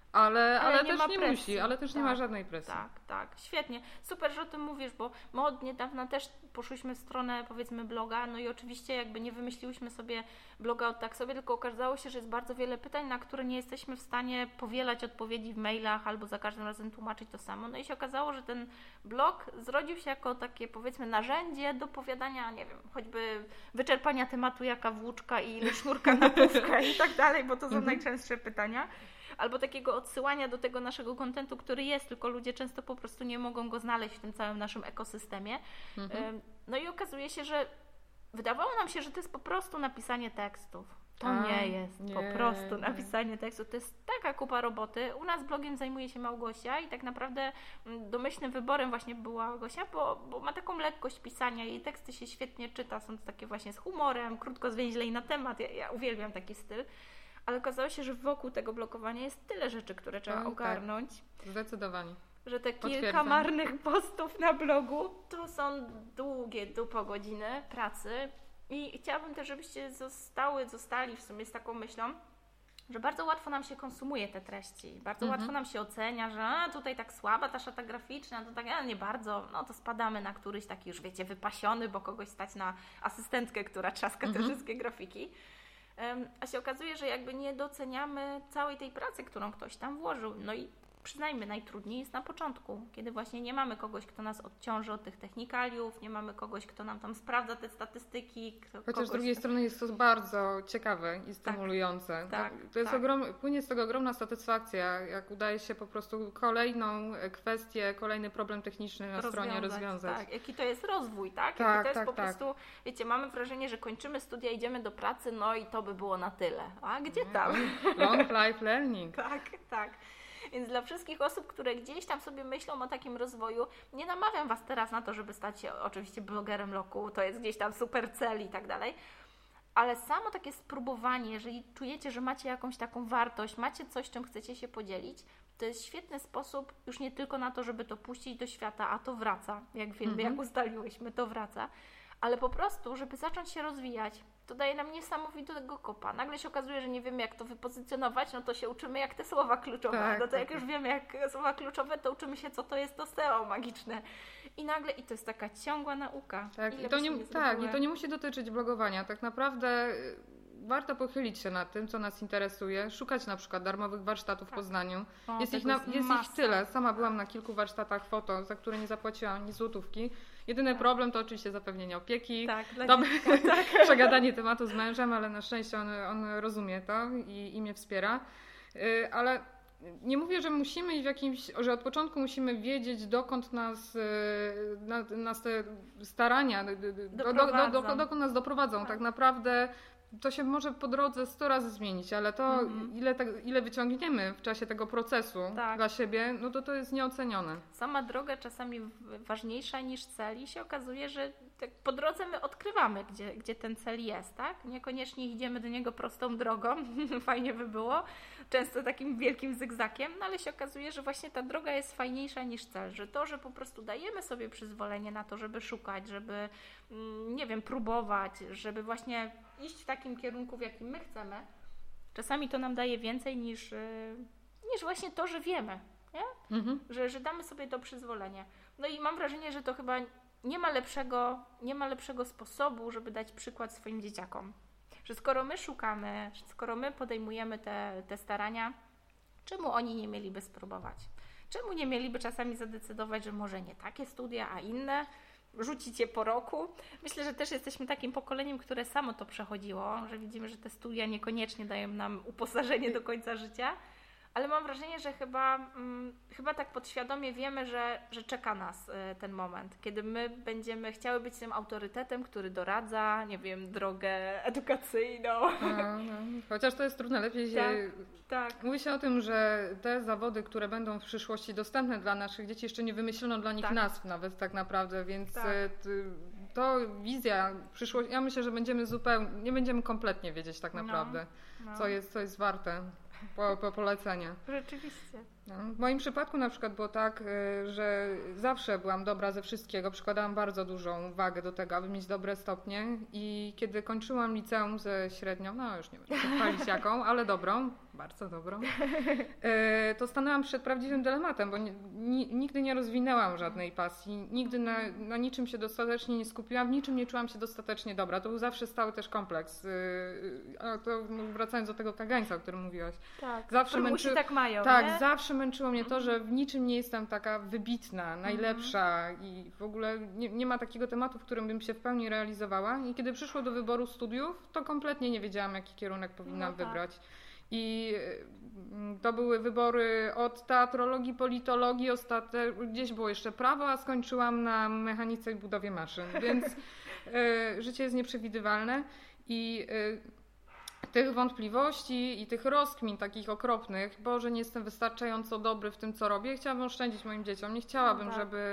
Ale też nie musi, ale też nie ma żadnej presji. Tak, świetnie. Super, że o tym mówisz, bo my od niedawna też poszłyśmy w stronę, powiedzmy, bloga, i oczywiście jakby nie wymyśliłyśmy sobie bloga od tak sobie, tylko okazało się, że jest bardzo wiele pytań, na które nie jesteśmy w stanie powielać odpowiedzi w mailach albo za każdym razem tłumaczyć to samo. No i się okazało, że ten blog zrodził się jako takie, powiedzmy, narzędzie do powiadania, nie wiem, choćby wyczerpania tematu, jaka włóczka i ile sznurka na pówkę i tak dalej, bo to są najczęstsze pytania. Albo takiego odsyłania do tego naszego kontentu, który jest, tylko ludzie często po prostu nie mogą go znaleźć w tym całym naszym ekosystemie. No i okazuje się, że wydawało nam się, że to jest po prostu napisanie tekstów. To nie jest po prostu napisanie tekstu. To jest taka kupa roboty. U nas blogiem zajmuje się Małgosia i tak naprawdę domyślnym wyborem właśnie była Gosia, bo ma taką lekkość pisania. Jej teksty się świetnie czyta. Są to takie właśnie z humorem, krótko, zwięźle i na temat. Ja uwielbiam taki styl. Ale okazało się, że wokół tego blokowania jest tyle rzeczy, które trzeba ogarnąć. Tak, zdecydowanie. Że te kilka marnych postów na blogu to są długie godziny pracy. I chciałabym też, żebyście zostali w sumie z taką myślą, że bardzo łatwo nam się konsumuje te treści. Bardzo łatwo nam się ocenia, że tutaj tak słaba ta szata graficzna, to tak nie bardzo, to spadamy na któryś taki już, wiecie, wypasiony, bo kogoś stać na asystentkę, która trzaska te wszystkie grafiki. A się okazuje, że jakby nie doceniamy całej tej pracy, którą ktoś tam włożył. No i przyznajmy, najtrudniej jest na początku, kiedy właśnie nie mamy kogoś, kto nas odciąży od tych technikaliów, nie mamy kogoś, kto nam tam sprawdza te statystyki. Chociaż z drugiej strony jest to bardzo ciekawe i stymulujące. To jest płynie z tego ogromna satysfakcja, jak udaje się po prostu kolejną kwestię, kolejny problem techniczny na stronie rozwiązać. Tak, jaki to jest rozwój, tak? To jest po prostu, wiecie, mamy wrażenie, że kończymy studia, idziemy do pracy, i to by było na tyle. A gdzie tam? Long life learning. Tak. Więc dla wszystkich osób, które gdzieś tam sobie myślą o takim rozwoju, nie namawiam Was teraz na to, żeby stać się oczywiście blogerem roku, to jest gdzieś tam super cel i tak dalej, ale samo takie spróbowanie, jeżeli czujecie, że macie jakąś taką wartość, macie coś, czym chcecie się podzielić, to jest świetny sposób już nie tylko na to, żeby to puścić do świata, a to wraca, jak wiemy, jak ustaliłyśmy, to wraca, ale po prostu, żeby zacząć się rozwijać. To daje nam niesamowitego kopa. Nagle się okazuje, że nie wiemy, jak to wypozycjonować, to się uczymy, jak te słowa kluczowe. Jak już wiemy, jak słowa kluczowe, to uczymy się, co to jest to SEO magiczne. I nagle, i to jest taka ciągła nauka. I to nie musi dotyczyć blogowania. Tak naprawdę warto pochylić się nad tym, co nas interesuje, szukać na przykład darmowych warsztatów w Poznaniu. Jest ich tyle. Sama byłam na kilku warsztatach foto, za które nie zapłaciłam ani złotówki. Jedyny problem to oczywiście zapewnienie opieki, przegadanie tematu z mężem, ale na szczęście on rozumie to i mnie wspiera. Ale nie mówię, że musimy że od początku musimy wiedzieć, dokąd nas te starania, dokąd nas doprowadzą. Tak naprawdę to się może po drodze 100 razy zmienić, ale to ile wyciągniemy w czasie tego procesu dla siebie, to jest nieocenione. Sama droga czasami ważniejsza niż cel i się okazuje, że tak po drodze my odkrywamy, gdzie ten cel jest, tak? Niekoniecznie idziemy do niego prostą drogą, fajnie by było, często takim wielkim zygzakiem, ale się okazuje, że właśnie ta droga jest fajniejsza niż cel, że to, że po prostu dajemy sobie przyzwolenie na to, żeby szukać, żeby, nie wiem, próbować, żeby właśnie iść w takim kierunku, w jakim my chcemy, czasami to nam daje więcej niż właśnie to, że wiemy, nie? Że damy sobie to przyzwolenie. No i mam wrażenie, że to chyba nie ma lepszego sposobu, żeby dać przykład swoim dzieciakom. Że skoro my szukamy, skoro my podejmujemy te starania, czemu oni nie mieliby spróbować? czemu nie mieliby czasami zadecydować, że może nie takie studia, a inne? Rzucić je po roku. Myślę, że też jesteśmy takim pokoleniem, które samo to przechodziło, że widzimy, że te studia niekoniecznie dają nam uposażenie do końca życia, ale mam wrażenie, że chyba tak podświadomie wiemy, że czeka nas ten moment, kiedy my będziemy chciały być tym autorytetem, który doradza, nie wiem, drogę edukacyjną. Chociaż to jest trudne, lepiej się... Tak. Mówi się o tym, że te zawody, które będą w przyszłości dostępne dla naszych dzieci, jeszcze nie wymyślono dla nich nazw nawet tak naprawdę, więc to wizja przyszłości. Ja myślę, że nie będziemy kompletnie wiedzieć tak naprawdę, co jest warte polecenia. Rzeczywiście. W moim przypadku na przykład było tak, że zawsze byłam dobra ze wszystkiego, przykładałam bardzo dużą wagę do tego, aby mieć dobre stopnie i kiedy kończyłam liceum ze średnią, już nie będę chwalić jaką, ale dobrą, bardzo dobrą, to stanęłam przed prawdziwym dylematem, bo nigdy nie rozwinęłam żadnej pasji, nigdy na niczym się dostatecznie nie skupiłam, w niczym nie czułam się dostatecznie dobra. To był zawsze stały też kompleks. To wracając do tego kagańca, o którym mówiłaś. Tak, tak mają, tak, nie? zawsze męczyło mnie to, że w niczym nie jestem taka wybitna, najlepsza i w ogóle nie ma takiego tematu, w którym bym się w pełni realizowała. I kiedy przyszło do wyboru studiów, to kompletnie nie wiedziałam, jaki kierunek powinnam wybrać. I to były wybory od teatrologii, politologii, gdzieś było jeszcze prawo, a skończyłam na mechanice i budowie maszyn, więc życie jest nieprzewidywalne i tych wątpliwości i tych rozkmin takich okropnych, że nie jestem wystarczająco dobry w tym, co robię, chciałabym oszczędzić moim dzieciom. Nie chciałabym,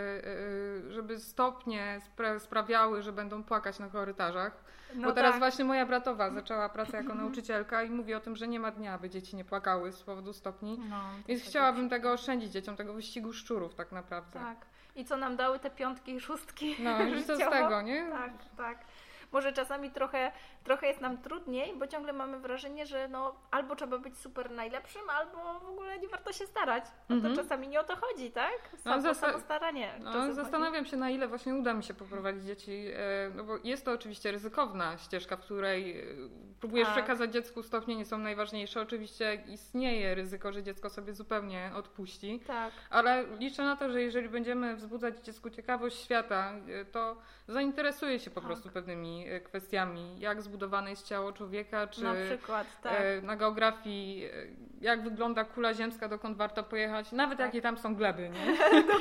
żeby stopnie sprawiały, że będą płakać na korytarzach. Bo teraz właśnie moja bratowa zaczęła pracę jako nauczycielka i mówi o tym, że nie ma dnia, aby dzieci nie płakały z powodu stopni. Więc chciałabym tego oszczędzić dzieciom, tego wyścigu szczurów tak naprawdę. Tak. I co nam dały te 5 i 6 co z tego, nie? Tak. Może czasami trochę jest nam trudniej, bo ciągle mamy wrażenie, że albo trzeba być super najlepszym, albo w ogóle nie warto się starać. To czasami nie o to chodzi, tak? Samo staranie. Zastanawiam się, na ile właśnie uda mi się poprowadzić dzieci, bo jest to oczywiście ryzykowna ścieżka, w której próbujesz przekazać dziecku stopnie, nie są najważniejsze. Oczywiście istnieje ryzyko, że dziecko sobie zupełnie odpuści, ale liczę na to, że jeżeli będziemy wzbudzać dziecku ciekawość świata, to zainteresuje się po prostu pewnymi kwestiami, jak zbudowane jest ciało człowieka, czy na przykład, na geografii, jak wygląda kula ziemska, dokąd warto pojechać, nawet jakie tam są gleby, nie?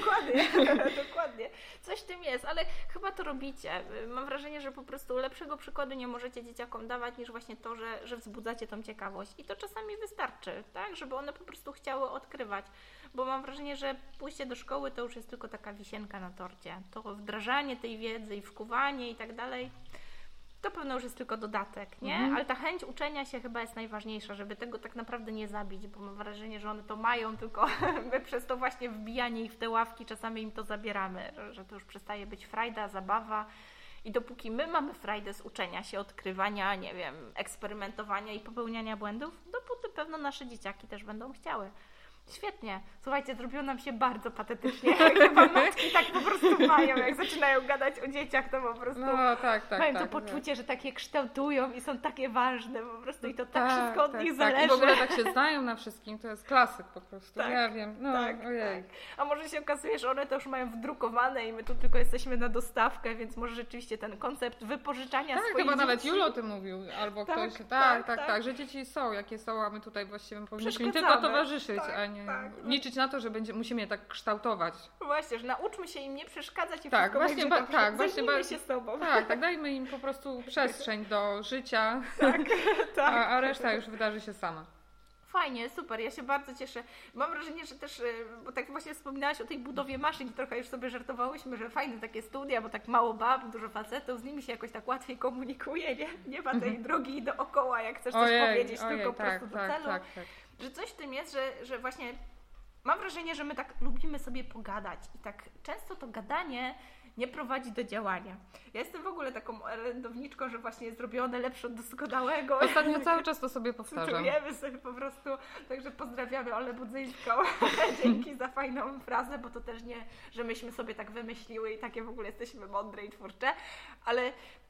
Dokładnie. Coś w tym jest, ale chyba to robicie. Mam wrażenie, że po prostu lepszego przykładu nie możecie dzieciakom dawać niż właśnie to, że wzbudzacie tą ciekawość. I to czasami wystarczy, tak? Żeby one po prostu chciały odkrywać. Bo mam wrażenie, że pójście do szkoły to już jest tylko taka wisienka na torcie. To wdrażanie tej wiedzy i wkuwanie i tak dalej, to pewno już jest tylko dodatek, nie? Ale ta chęć uczenia się chyba jest najważniejsza, żeby tego tak naprawdę nie zabić, bo mam wrażenie, że one to mają, tylko my przez to właśnie wbijanie ich w te ławki czasami im to zabieramy, że to już przestaje być frajda, zabawa. I dopóki my mamy frajdę z uczenia się, odkrywania, nie wiem, eksperymentowania i popełniania błędów, dopóty pewno nasze dzieciaki też będą chciały. Świetnie. Słuchajcie, zrobiło nam się bardzo patetycznie. Chyba matki tak po prostu mają, jak zaczynają gadać o dzieciach, to po prostu mają to poczucie, że takie kształtują i są takie ważne po prostu i to wszystko od nich zależy. I w ogóle tak się znają na wszystkim, to jest klasyk po prostu. Ja wiem. Ojej. A może się okazuje, że one to już mają wdrukowane i my tu tylko jesteśmy na dostawkę, więc może rzeczywiście ten koncept wypożyczania swoich chyba dzieci... nawet Julo o tym mówił, albo ktoś. Tak, że dzieci są, jakie są, a my tutaj właściwie powinniśmy im tylko towarzyszyć, a nie liczyć na to, że musimy je tak kształtować. Właśnie, że nauczmy się im nie przeszkadzać i wszystko będzie dobrze. Się z sobą. Dajmy im po prostu przestrzeń do życia, a reszta już wydarzy się sama. Fajnie, super, ja się bardzo cieszę. Mam wrażenie, że też, bo tak właśnie wspominałaś o tej budowie maszyn i trochę już sobie żartowałyśmy, że fajne takie studia, bo tak mało bab, dużo facetów, z nimi się jakoś tak łatwiej komunikuje, nie ma tej drogi dookoła, jak chcesz coś powiedzieć, tylko po prostu do celu. Że coś w tym jest, że właśnie mam wrażenie, że my tak lubimy sobie pogadać i tak często to gadanie nie prowadzi do działania. Ja jestem w ogóle taką orędowniczką, że właśnie jest zrobione lepsze od doskonałego. Ostatnio cały czas to sobie powtarzam. Cytujemy sobie po prostu, także pozdrawiamy Olę Budzyńską. Dzięki za fajną frazę, bo to też nie, że myśmy sobie tak wymyśliły i takie w ogóle jesteśmy mądre i twórcze, ale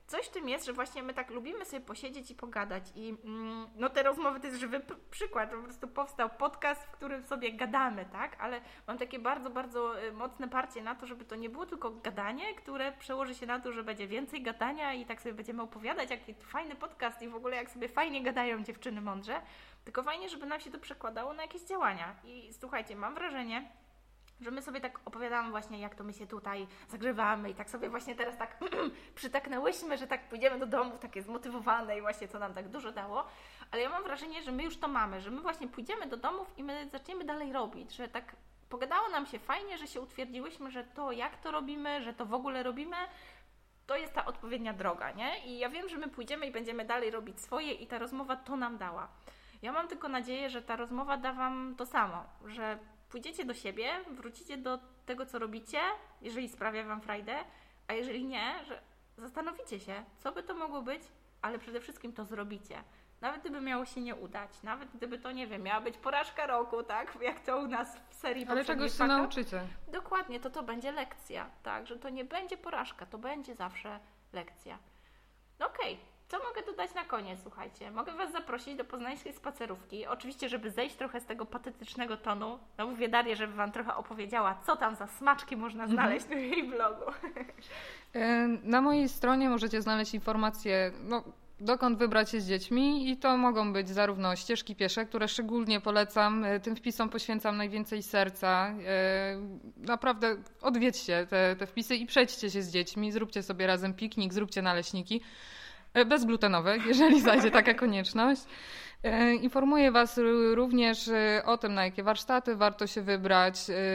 coś w tym jest, że właśnie my tak lubimy sobie posiedzieć i pogadać i no te rozmowy to jest żywy przykład, po prostu powstał podcast, w którym sobie gadamy, tak, ale mam takie bardzo, bardzo mocne parcie na to, żeby to nie było tylko gadanie, które przełoży się na to, że będzie więcej gadania i tak sobie będziemy opowiadać, jaki fajny podcast i w ogóle jak sobie fajnie gadają dziewczyny mądrze, tylko fajnie, żeby nam się to przekładało na jakieś działania i słuchajcie, mam wrażenie, że my sobie tak opowiadamy właśnie, jak to my się tutaj zagrzewamy i tak sobie właśnie teraz tak przytaknęłyśmy, że tak pójdziemy do domów takie zmotywowane i właśnie co nam tak dużo dało, ale ja mam wrażenie, że my już to mamy, że my właśnie pójdziemy do domów i my zaczniemy dalej robić, że tak pogadało nam się fajnie, że się utwierdziłyśmy, że to jak to robimy, że to w ogóle robimy, to jest ta odpowiednia droga, nie? I ja wiem, że my pójdziemy i będziemy dalej robić swoje i ta rozmowa to nam dała. Ja mam tylko nadzieję, że ta rozmowa da Wam to samo, że pójdziecie do siebie, wrócicie do tego, co robicie, jeżeli sprawia Wam frajdę, a jeżeli nie, że zastanowicie się, co by to mogło być, ale przede wszystkim to zrobicie. Nawet gdyby miało się nie udać, nawet gdyby to, nie wiem, miała być porażka roku, tak? Jak to u nas w serii Ale czegoś się nauczycie. Dokładnie, to będzie lekcja, tak? Że to nie będzie porażka, to będzie zawsze lekcja. No okej. Co mogę dodać na koniec, słuchajcie? Mogę Was zaprosić do poznańskiej spacerówki. Oczywiście, żeby zejść trochę z tego patetycznego tonu. No mówię Darię, żeby Wam trochę opowiedziała, co tam za smaczki można znaleźć na jej blogu. Na mojej stronie możecie znaleźć informacje, dokąd wybrać się z dziećmi i to mogą być zarówno ścieżki piesze, które szczególnie polecam. Tym wpisom poświęcam najwięcej serca. Naprawdę odwiedźcie te wpisy i przejdźcie się z dziećmi. Zróbcie sobie razem piknik, zróbcie naleśniki. Bezglutenowe, jeżeli zajdzie taka konieczność. Informuję Was również o tym, na jakie warsztaty warto się wybrać,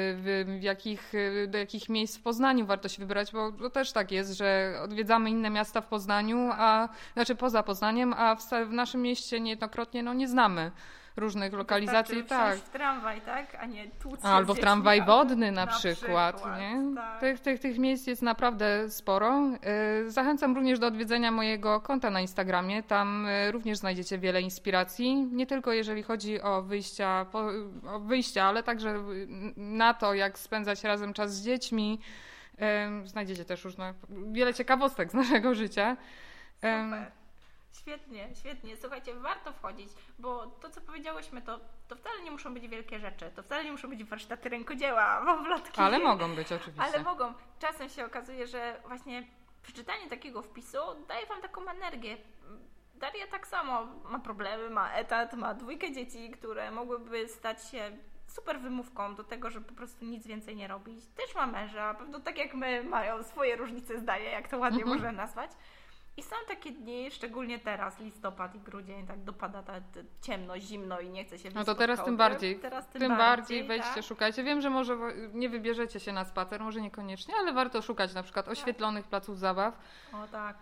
do jakich miejsc w Poznaniu warto się wybrać, bo to też tak jest, że odwiedzamy inne miasta w Poznaniu, znaczy poza Poznaniem, a w naszym mieście niejednokrotnie nie znamy różnych lokalizacji. Tak. W tramwaj, tak? A nie tłuc albo w tramwaj wodny na przykład. Nie? Tak. Tych miejsc jest naprawdę sporo. Zachęcam również do odwiedzenia mojego konta na Instagramie. Tam również znajdziecie wiele inspiracji. Nie tylko jeżeli chodzi o wyjścia, ale także na to, jak spędzać razem czas z dziećmi. Znajdziecie też wiele ciekawostek z naszego życia. Super. Świetnie. Słuchajcie, warto wchodzić, bo to, co powiedziałyśmy, to wcale nie muszą być wielkie rzeczy. To wcale nie muszą być warsztaty rękodzieła, wąwlotki. Ale mogą być oczywiście. Ale mogą. Czasem się okazuje, że właśnie przeczytanie takiego wpisu daje Wam taką energię. Daria tak samo ma problemy, ma etat, ma 2 dzieci, które mogłyby stać się super wymówką do tego, żeby po prostu nic więcej nie robić. Też ma męża, pewno tak jak my, mają swoje różnice zdania, jak to ładnie można nazwać. I są takie dni, szczególnie teraz, listopad i grudzień, tak dopada ta ciemno, zimno i nie chce się wyjść. No to teraz tym bardziej. Tym bardziej wejdźcie, tak? Szukajcie. Wiem, że może nie wybierzecie się na spacer, może niekoniecznie, ale warto szukać na przykład oświetlonych placów zabaw. O tak.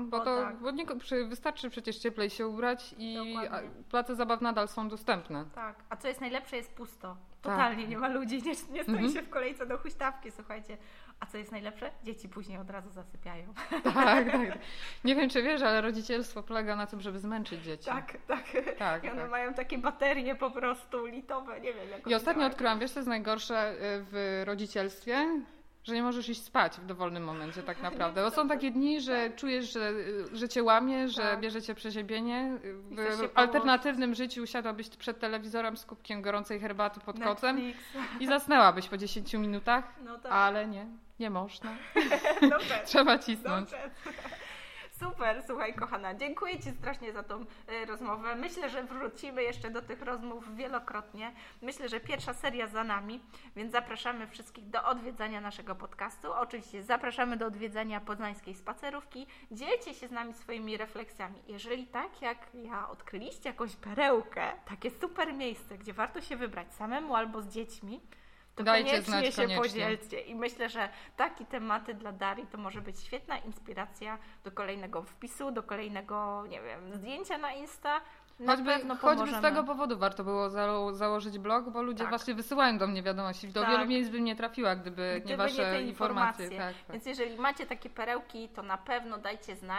Wystarczy przecież cieplej się ubrać i Dokładnie. place zabaw nadal są dostępne. Tak, a co jest najlepsze, jest pusto. Totalnie nie ma ludzi, nie stoi się w kolejce do huśtawki, słuchajcie. A co jest najlepsze? Dzieci później od razu zasypiają. Tak. Nie wiem, czy wiesz, ale rodzicielstwo polega na tym, żeby zmęczyć dzieci. Tak. I one mają takie baterie po prostu litowe, nie wiem jak. I ostatnio odkryłam, wiesz, co jest najgorsze w rodzicielstwie? Że nie możesz iść spać w dowolnym momencie tak naprawdę. Bo są takie dni, że czujesz, że cię łamie, że bierze cię przeziębienie. W alternatywnym życiu usiadłabyś przed telewizorem z kubkiem gorącej herbaty pod kocem i zasnęłabyś po 10 minutach, ale nie można. Trzeba cisnąć. Super, słuchaj kochana, dziękuję Ci strasznie za tą rozmowę. Myślę, że wrócimy jeszcze do tych rozmów wielokrotnie. Myślę, że pierwsza seria za nami, więc zapraszamy wszystkich do odwiedzania naszego podcastu. Oczywiście zapraszamy do odwiedzania poznańskiej spacerówki. Dzielcie się z nami swoimi refleksjami. Jeżeli tak jak ja odkryliście jakąś perełkę, takie super miejsce, gdzie warto się wybrać samemu albo z dziećmi, to koniecznie się podzielcie. I myślę, że takie tematy dla Darii to może być świetna inspiracja do kolejnego wpisu, do kolejnego, nie wiem, zdjęcia na Insta. Choćby z tego powodu warto było założyć blog, bo ludzie właśnie wysyłają do mnie wiadomości. Do wielu miejsc bym nie trafiła, gdyby nie Wasze informacje. Tak. Więc jeżeli macie takie perełki, to na pewno dajcie znać.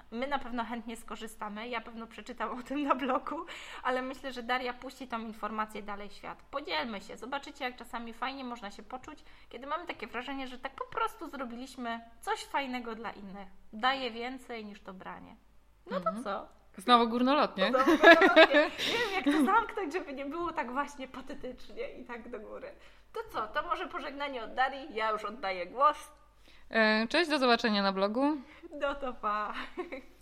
My na pewno chętnie skorzystamy, ja pewno przeczytam o tym na blogu, ale myślę, że Daria puści tą informację dalej w świat. Podzielmy się, zobaczycie, jak czasami fajnie można się poczuć, kiedy mamy takie wrażenie, że tak po prostu zrobiliśmy coś fajnego dla innych. Daje więcej niż to branie. No to co? Znowu górnolotnie. Nie wiem, jak to zamknąć, żeby nie było tak właśnie patetycznie i tak do góry. To co? To może pożegnanie od Darii, ja już oddaję głos. Cześć, do zobaczenia na blogu. No to pa!